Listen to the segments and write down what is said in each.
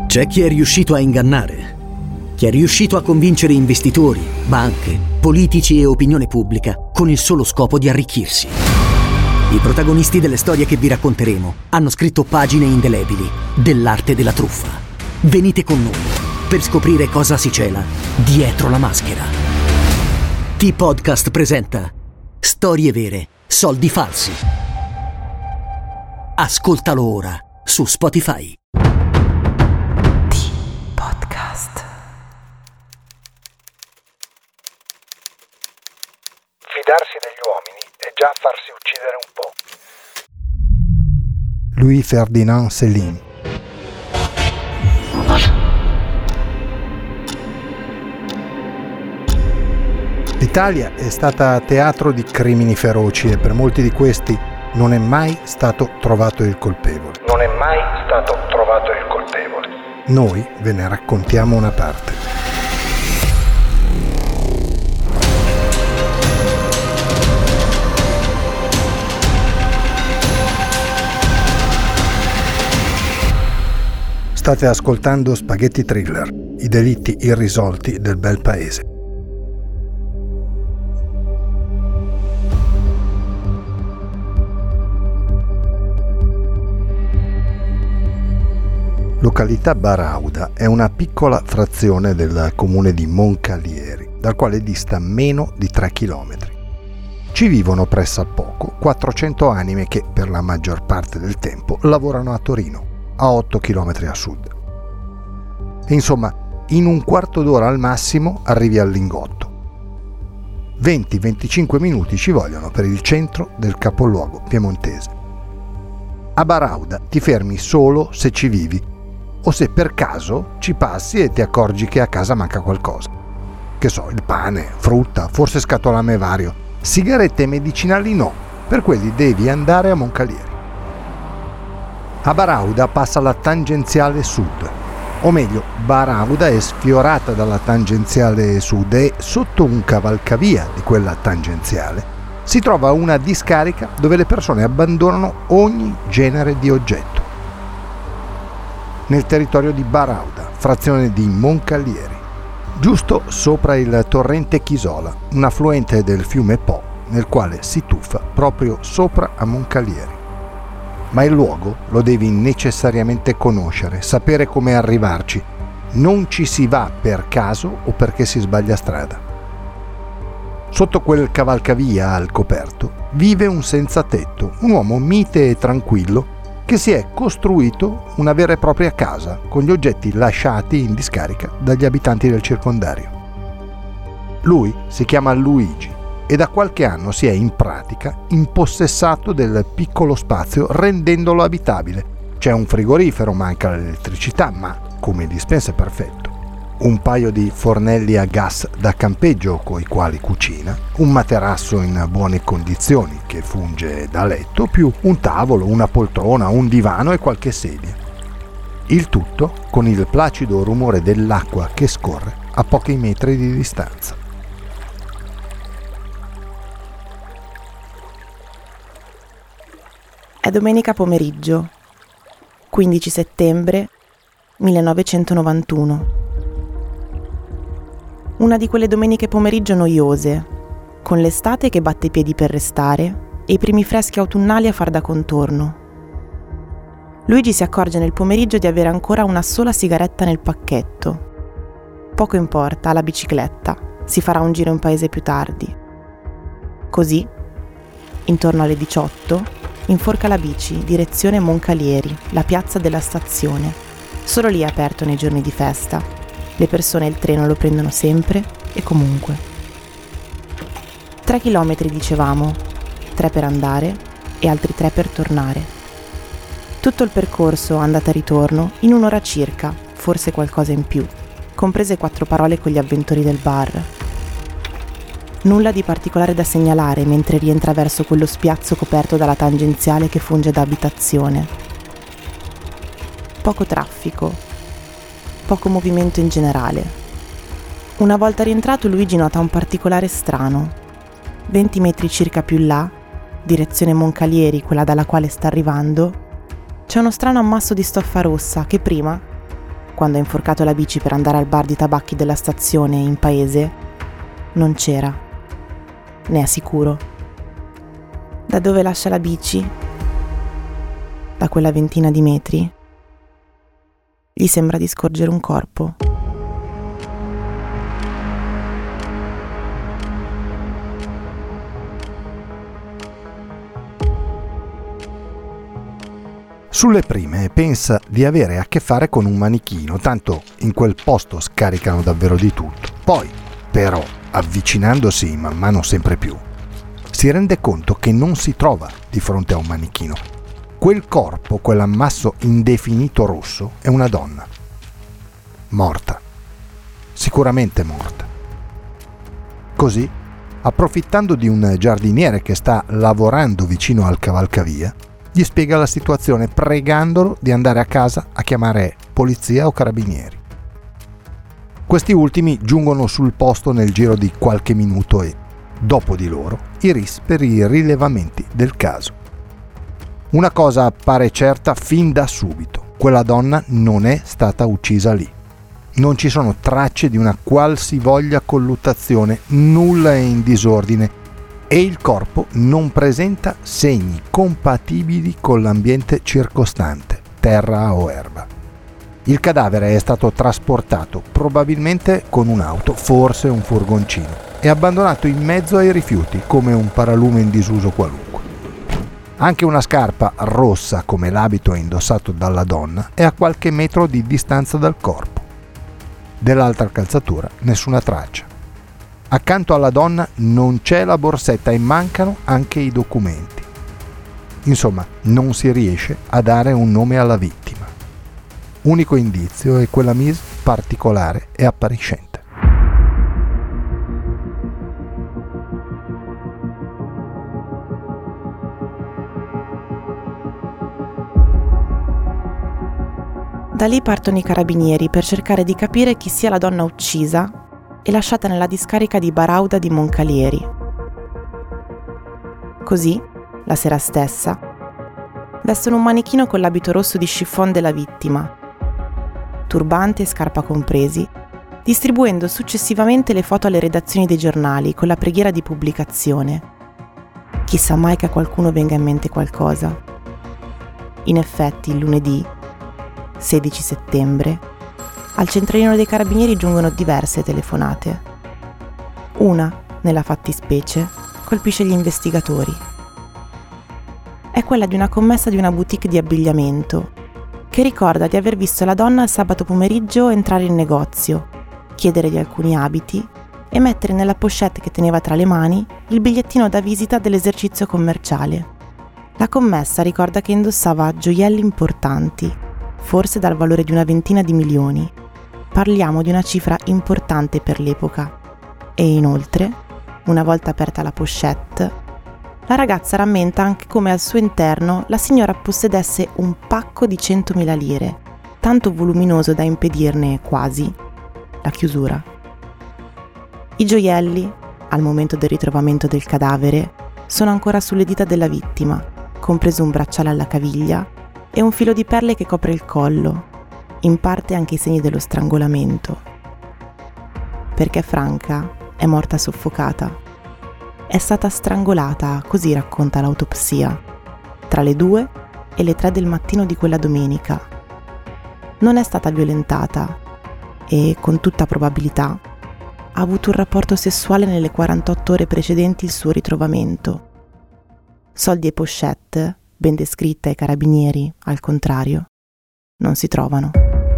C'è chi è riuscito a ingannare, chi è riuscito a convincere investitori, banche, politici e opinione pubblica con il solo scopo di arricchirsi. I protagonisti delle storie che vi racconteremo hanno scritto pagine indelebili dell'arte della truffa. Venite con noi per scoprire cosa si cela dietro la maschera. T-Podcast presenta Storie vere, soldi falsi. Ascoltalo ora su Spotify. T-Podcast. Fidarsi degli uomini è già farsi uccidere un po'. Louis Ferdinand Céline. L'Italia è stata teatro di crimini feroci e per molti di questi non è mai stato trovato il colpevole. Noi ve ne raccontiamo una parte. State ascoltando Spaghetti Thriller, i delitti irrisolti del bel paese. Località Barauda è una piccola frazione del comune di Moncalieri, dal quale dista meno di 3 chilometri. Ci vivono pressappoco 400 anime che, per la maggior parte del tempo, lavorano a Torino, a 8 chilometri a sud. E insomma, in un quarto d'ora al massimo arrivi al Lingotto. 20-25 minuti ci vogliono per il centro del capoluogo piemontese. A Barauda ti fermi solo se ci vivi o se per caso ci passi e ti accorgi che a casa manca qualcosa. Che so, il pane, frutta, forse scatolame vario, sigarette e medicinali no, per quelli devi andare a Moncalieri. A Barauda passa la tangenziale sud, o meglio, Barauda è sfiorata dalla tangenziale sud e sotto un cavalcavia di quella tangenziale si trova una discarica dove le persone abbandonano ogni genere di oggetto. Nel territorio di Barauda, frazione di Moncalieri, giusto sopra il torrente Chisola, un affluente del fiume Po, nel quale si tuffa proprio sopra a Moncalieri. Ma il luogo lo devi necessariamente conoscere, sapere come arrivarci. Non ci si va per caso o perché si sbaglia strada. Sotto quel cavalcavia al coperto vive un senza tetto, un uomo mite e tranquillo che si è costruito una vera e propria casa con gli oggetti lasciati in discarica dagli abitanti del circondario. Lui si chiama Luigi e da qualche anno si è in pratica impossessato del piccolo spazio rendendolo abitabile. C'è un frigorifero, manca l'elettricità, ma come dispensa è perfetto. Un paio di fornelli a gas da campeggio coi quali cucina, un materasso in buone condizioni che funge da letto, più un tavolo, una poltrona, un divano e qualche sedia. Il tutto con il placido rumore dell'acqua che scorre a pochi metri di distanza. È domenica pomeriggio, 15 settembre 1991. Una di quelle domeniche pomeriggio noiose, con l'estate che batte i piedi per restare e i primi freschi autunnali a far da contorno. Luigi si accorge nel pomeriggio di avere ancora una sola sigaretta nel pacchetto. Poco importa, ha la bicicletta, si farà un giro in paese più tardi. Così, intorno alle 18, inforca la bici, direzione Moncalieri, la piazza della stazione. Solo lì è aperto nei giorni di festa. Le persone e il treno lo prendono sempre e comunque. 3 chilometri dicevamo, 3 per andare e altri 3 per tornare. Tutto il percorso, andata e ritorno, in un'ora circa, forse qualcosa in più, comprese 4 parole con gli avventori del bar. Nulla di particolare da segnalare mentre rientra verso quello spiazzo coperto dalla tangenziale che funge da abitazione. Poco traffico. Poco movimento in generale. Una volta rientrato Luigi nota un particolare strano. 20 metri circa più in là, direzione Moncalieri, quella dalla quale sta arrivando, c'è uno strano ammasso di stoffa rossa che prima, quando ha inforcato la bici per andare al bar di tabacchi della stazione in paese, non c'era. Ne è sicuro. Da dove lascia la bici, da quella ventina di metri, gli sembra di scorgere un corpo. Sulle prime pensa di avere a che fare con un manichino, tanto in quel posto scaricano davvero di tutto. Poi, però, avvicinandosi man mano sempre più, si rende conto che non si trova di fronte a un manichino. Quel corpo, quell'ammasso indefinito rosso, è una donna. Morta. Sicuramente morta. Così, approfittando di un giardiniere che sta lavorando vicino al cavalcavia, gli spiega la situazione pregandolo di andare a casa a chiamare polizia o carabinieri. Questi ultimi giungono sul posto nel giro di qualche minuto e, dopo di loro, i RIS per i rilevamenti del caso. Una cosa appare certa fin da subito: quella donna non è stata uccisa lì. Non ci sono tracce di una qualsivoglia colluttazione, nulla è in disordine e il corpo non presenta segni compatibili con l'ambiente circostante, terra o erba. Il cadavere è stato trasportato probabilmente con un'auto, forse un furgoncino, e abbandonato in mezzo ai rifiuti come un paralume in disuso qualunque. Anche una scarpa rossa come l'abito indossato dalla donna è a qualche metro di distanza dal corpo. Dell'altra calzatura nessuna traccia. Accanto alla donna non c'è la borsetta e mancano anche i documenti. Insomma, non si riesce a dare un nome alla vittima. Unico indizio è quella mise particolare e appariscente. Da lì partono i carabinieri per cercare di capire chi sia la donna uccisa e lasciata nella discarica di Barauda di Moncalieri. Così, la sera stessa, vestono un manichino con l'abito rosso di chiffon della vittima, turbante e scarpa compresi, distribuendo successivamente le foto alle redazioni dei giornali con la preghiera di pubblicazione. Chissà mai che a qualcuno venga in mente qualcosa. In effetti, il lunedì, 16 settembre, al centralino dei carabinieri giungono diverse telefonate. Una, nella fattispecie, colpisce gli investigatori. È quella di una commessa di una boutique di abbigliamento, che ricorda di aver visto la donna il sabato pomeriggio entrare in negozio, chiedere di alcuni abiti e mettere nella pochette che teneva tra le mani il bigliettino da visita dell'esercizio commerciale. La commessa ricorda che indossava gioielli importanti, forse dal valore di una ventina di milioni. Parliamo di una cifra importante per l'epoca. E inoltre, una volta aperta la pochette, la ragazza rammenta anche come al suo interno la signora possedesse un pacco di 100.000 lire, tanto voluminoso da impedirne quasi la chiusura. I gioielli, al momento del ritrovamento del cadavere, sono ancora sulle dita della vittima, compreso un bracciale alla caviglia e un filo di perle che copre il collo, in parte anche i segni dello strangolamento. Perché Franca è morta soffocata. È stata strangolata, così racconta l'autopsia, tra le 2 e le 3 del mattino di quella domenica. Non è stata violentata e, con tutta probabilità, ha avuto un rapporto sessuale nelle 48 ore precedenti il suo ritrovamento. Soldi e pochette, ben descritte ai carabinieri, al contrario, non si trovano.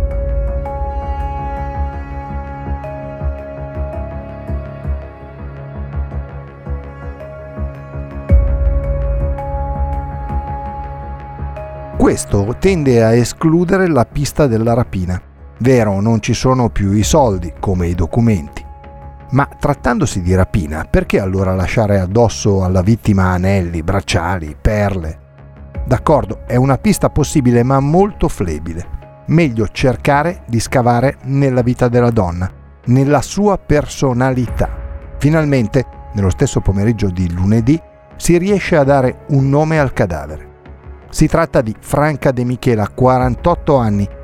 Questo tende a escludere la pista della rapina. Vero, non ci sono più i soldi, come i documenti. Ma trattandosi di rapina, perché allora lasciare addosso alla vittima anelli, bracciali, perle? D'accordo, è una pista possibile ma molto flebile. Meglio cercare di scavare nella vita della donna, nella sua personalità. Finalmente, nello stesso pomeriggio di lunedì, si riesce a dare un nome al cadavere. Si tratta di Franca De Michela, 48 anni,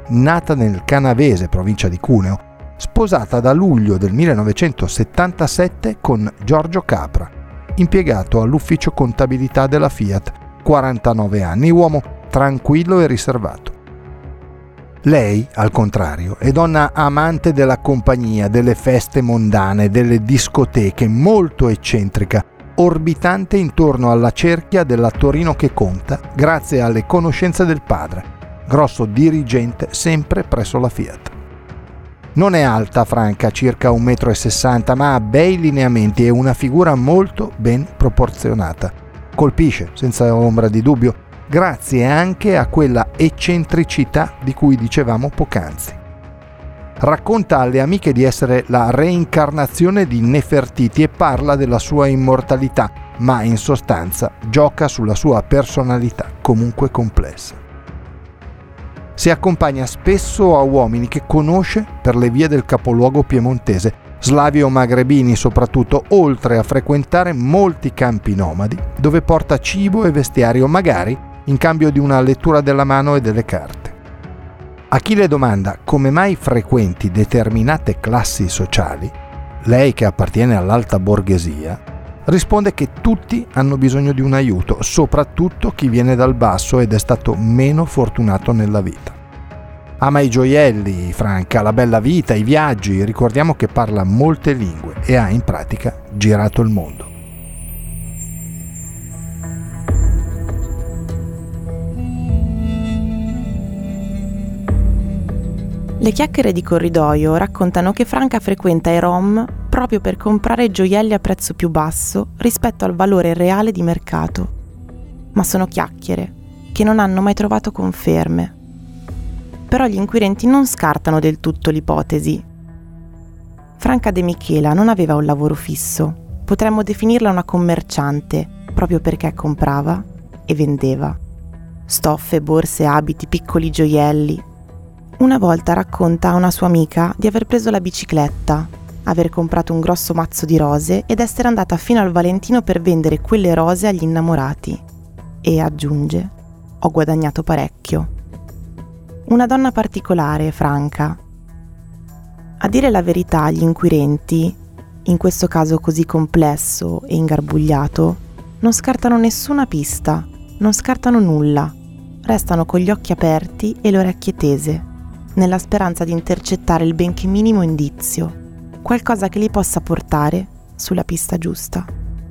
nata nel Canavese, provincia di Cuneo, sposata da luglio del 1977 con Giorgio Capra, impiegato all'ufficio contabilità della Fiat, 49 anni, uomo tranquillo e riservato. Lei, al contrario, è donna amante della compagnia, delle feste mondane, delle discoteche, molto eccentrica, orbitante intorno alla cerchia della Torino che conta, grazie alle conoscenze del padre, grosso dirigente sempre presso la Fiat. Non è alta Franca, circa 1,60 m, ma ha bei lineamenti e una figura molto ben proporzionata. Colpisce, senza ombra di dubbio, grazie anche a quella eccentricità di cui dicevamo poc'anzi. Racconta alle amiche di essere la reincarnazione di Nefertiti e parla della sua immortalità, ma in sostanza gioca sulla sua personalità comunque complessa. Si accompagna spesso a uomini che conosce per le vie del capoluogo piemontese, slavi o magrebini soprattutto, oltre a frequentare molti campi nomadi dove porta cibo e vestiario, magari in cambio di una lettura della mano e delle carte. A chi le domanda come mai frequenti determinate classi sociali, lei che appartiene all'alta borghesia, risponde che tutti hanno bisogno di un aiuto, soprattutto chi viene dal basso ed è stato meno fortunato nella vita. Ama i gioielli, Franca, la bella vita, i viaggi, ricordiamo che parla molte lingue e ha in pratica girato il mondo. Le chiacchiere di corridoio raccontano che Franca frequenta i Rom proprio per comprare gioielli a prezzo più basso rispetto al valore reale di mercato. Ma sono chiacchiere che non hanno mai trovato conferme. Però gli inquirenti non scartano del tutto l'ipotesi. Franca De Michela non aveva un lavoro fisso. Potremmo definirla una commerciante, proprio perché comprava e vendeva. Stoffe, borse, abiti, piccoli gioielli. Una volta racconta a una sua amica di aver preso la bicicletta, aver comprato un grosso mazzo di rose ed essere andata fino al Valentino per vendere quelle rose agli innamorati. E aggiunge: ho guadagnato parecchio. Una donna particolare, Franca. A dire la verità, agli inquirenti, in questo caso così complesso e ingarbugliato, non scartano nessuna pista, non scartano nulla, restano con gli occhi aperti e le orecchie tese, nella speranza di intercettare il benché minimo indizio, qualcosa che li possa portare sulla pista giusta.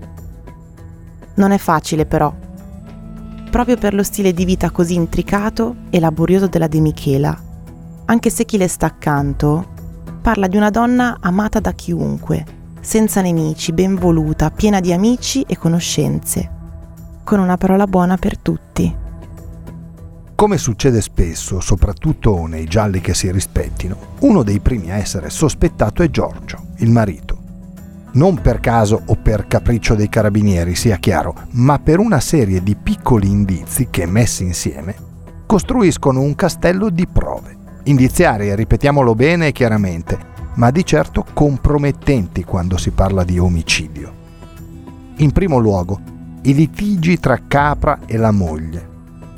Non è facile però, proprio per lo stile di vita così intricato e laborioso della De Michela, anche se chi le sta accanto parla di una donna amata da chiunque, senza nemici, ben voluta, piena di amici e conoscenze, con una parola buona per tutti. Come succede spesso, soprattutto nei gialli che si rispettino, uno dei primi a essere sospettato è Giorgio, il marito. Non per caso o per capriccio dei carabinieri, sia chiaro, ma per una serie di piccoli indizi che, messi insieme, costruiscono un castello di prove, indiziarie, ripetiamolo bene e chiaramente, ma di certo compromettenti quando si parla di omicidio. In primo luogo, i litigi tra Capra e la moglie.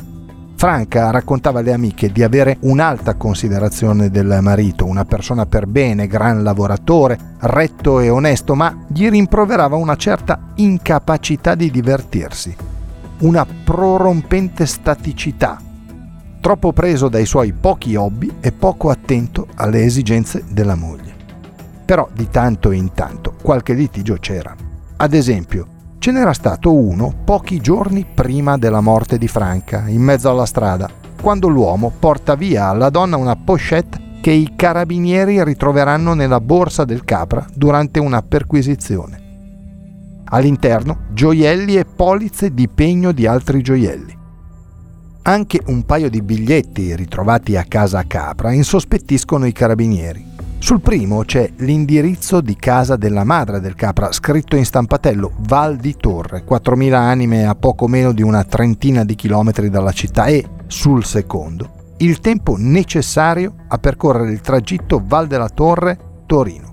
Franca raccontava alle amiche di avere un'alta considerazione del marito, una persona per bene, gran lavoratore, retto e onesto, ma gli rimproverava una certa incapacità di divertirsi, una prorompente staticità, troppo preso dai suoi pochi hobby e poco attento alle esigenze della moglie. Però di tanto in tanto qualche litigio c'era. Ad esempio, ce n'era stato uno pochi giorni prima della morte di Franca, in mezzo alla strada, quando l'uomo porta via alla donna una pochette che i carabinieri ritroveranno nella borsa del Capra durante una perquisizione. All'interno gioielli e polizze di pegno di altri gioielli. Anche un paio di biglietti ritrovati a casa Capra insospettiscono i carabinieri. Sul primo c'è l'indirizzo di casa della madre del Capra, scritto in stampatello Val di Torre, 4.000 anime a poco meno di una trentina di chilometri dalla città, e sul secondo il tempo necessario a percorrere il tragitto Val della Torre-Torino,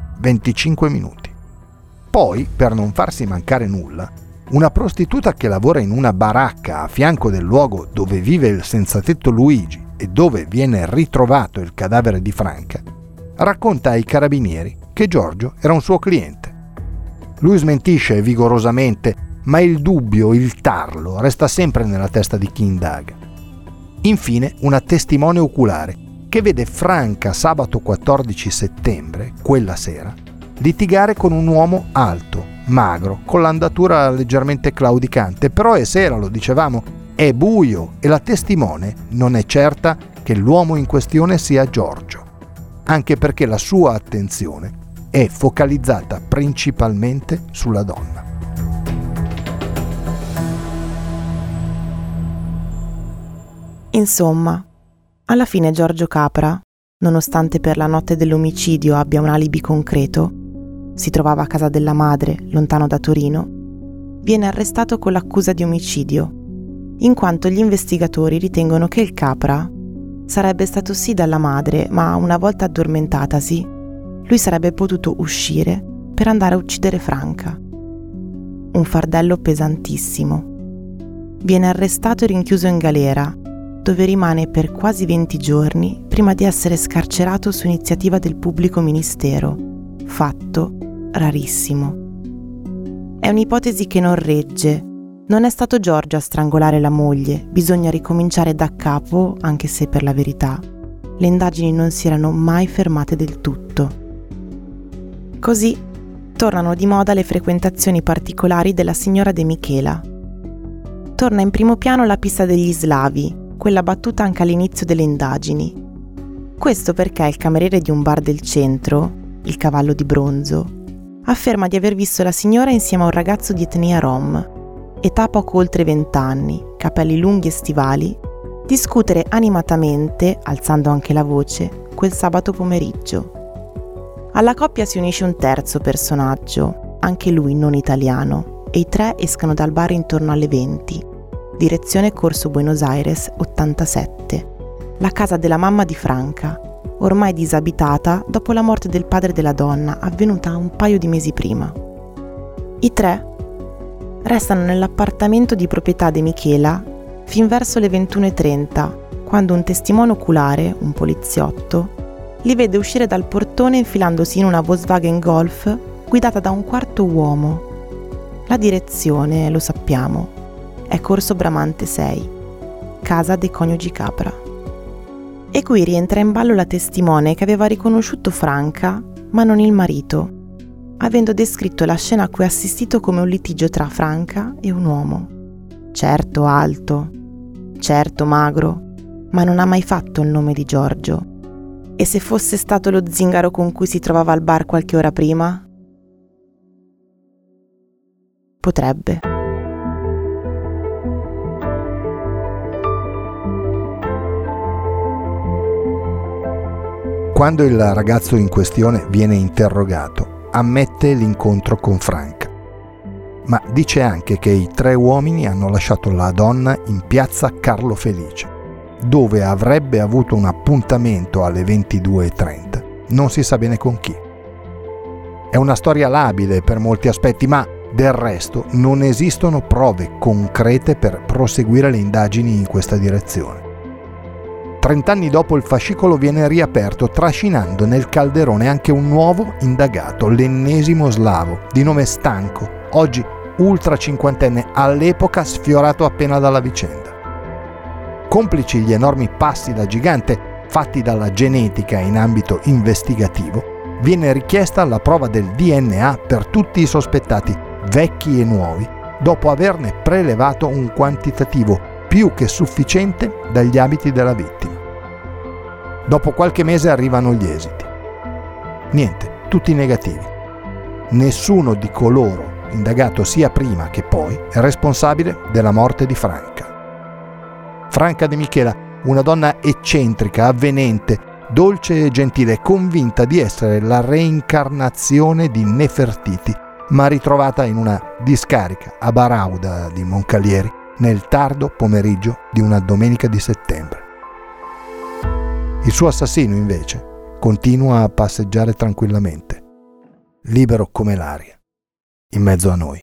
25 minuti. Poi, per non farsi mancare nulla, una prostituta che lavora in una baracca a fianco del luogo dove vive il senzatetto Luigi e dove viene ritrovato il cadavere di Franca, racconta ai carabinieri che Giorgio era un suo cliente. Lui smentisce vigorosamente, ma il dubbio, il tarlo, resta sempre nella testa di chi indaga. Infine, una testimone oculare che vede Franca sabato 14 settembre, quella sera, litigare con un uomo alto, magro, con l'andatura leggermente claudicante, però è sera, lo dicevamo, è buio e la testimone non è certa che l'uomo in questione sia Giorgio, anche perché la sua attenzione è focalizzata principalmente sulla donna. Insomma, alla fine Giorgio Capra, nonostante per la notte dell'omicidio abbia un alibi concreto, si trovava a casa della madre, lontano da Torino, viene arrestato con l'accusa di omicidio, in quanto gli investigatori ritengono che il Capra sarebbe stato sì dalla madre, ma una volta addormentatasi, lui sarebbe potuto uscire per andare a uccidere Franca. Un fardello pesantissimo. Viene arrestato e rinchiuso in galera, dove rimane per quasi 20 giorni prima di essere scarcerato su iniziativa del pubblico ministero, fatto rarissimo. È un'ipotesi che non regge. Non è stato Giorgio a strangolare la moglie, bisogna ricominciare da capo, anche se per la verità le indagini non si erano mai fermate del tutto. Così tornano di moda le frequentazioni particolari della signora De Michela. Torna in primo piano la pista degli slavi, quella battuta anche all'inizio delle indagini. Questo perché il cameriere di un bar del centro, il Cavallo di Bronzo, afferma di aver visto la signora insieme a un ragazzo di etnia rom, età poco oltre 20 anni, capelli lunghi e stivali, discutere animatamente, alzando anche la voce, quel sabato pomeriggio. Alla coppia si unisce un terzo personaggio, anche lui non italiano, e i tre escano dal bar intorno alle 20, direzione Corso Buenos Aires 87, la casa della mamma di Franca, ormai disabitata dopo la morte del padre della donna, avvenuta un paio di mesi prima. I tre restano nell'appartamento di proprietà De Michela fin verso le 21:30, quando un testimone oculare, un poliziotto, li vede uscire dal portone infilandosi in una Volkswagen Golf guidata da un quarto uomo. La direzione, lo sappiamo, è Corso Bramante 6, casa dei coniugi Capra. E qui rientra in ballo la testimone che aveva riconosciuto Franca, ma non il marito, avendo descritto la scena a cui ha assistito come un litigio tra Franca e un uomo. Certo alto, certo magro, ma non ha mai fatto il nome di Giorgio. E se fosse stato lo zingaro con cui si trovava al bar qualche ora prima? Potrebbe. Quando il ragazzo in questione viene interrogato, ammette l'incontro con Franca, ma dice anche che i tre uomini hanno lasciato la donna in piazza Carlo Felice, dove avrebbe avuto un appuntamento alle 22:30, non si sa bene con chi. È una storia labile per molti aspetti, ma del resto non esistono prove concrete per proseguire le indagini in questa direzione. 30 anni dopo il fascicolo viene riaperto, trascinando nel calderone anche un nuovo indagato, l'ennesimo slavo, di nome Stanco, oggi ultra cinquantenne, all'epoca sfiorato appena dalla vicenda. Complici gli enormi passi da gigante fatti dalla genetica in ambito investigativo, viene richiesta la prova del DNA per tutti i sospettati, vecchi e nuovi, dopo averne prelevato un quantitativo più che sufficiente dagli abiti della vittima. Dopo qualche mese arrivano gli esiti. Niente, tutti negativi. Nessuno di coloro indagato sia prima che poi è responsabile della morte di Franca. Franca De Michela, una donna eccentrica, avvenente, dolce e gentile, convinta di essere la reincarnazione di Nefertiti, ma ritrovata in una discarica a Barauda di Moncalieri nel tardo pomeriggio di una domenica di settembre. Il suo assassino, invece, continua a passeggiare tranquillamente, libero come l'aria, in mezzo a noi.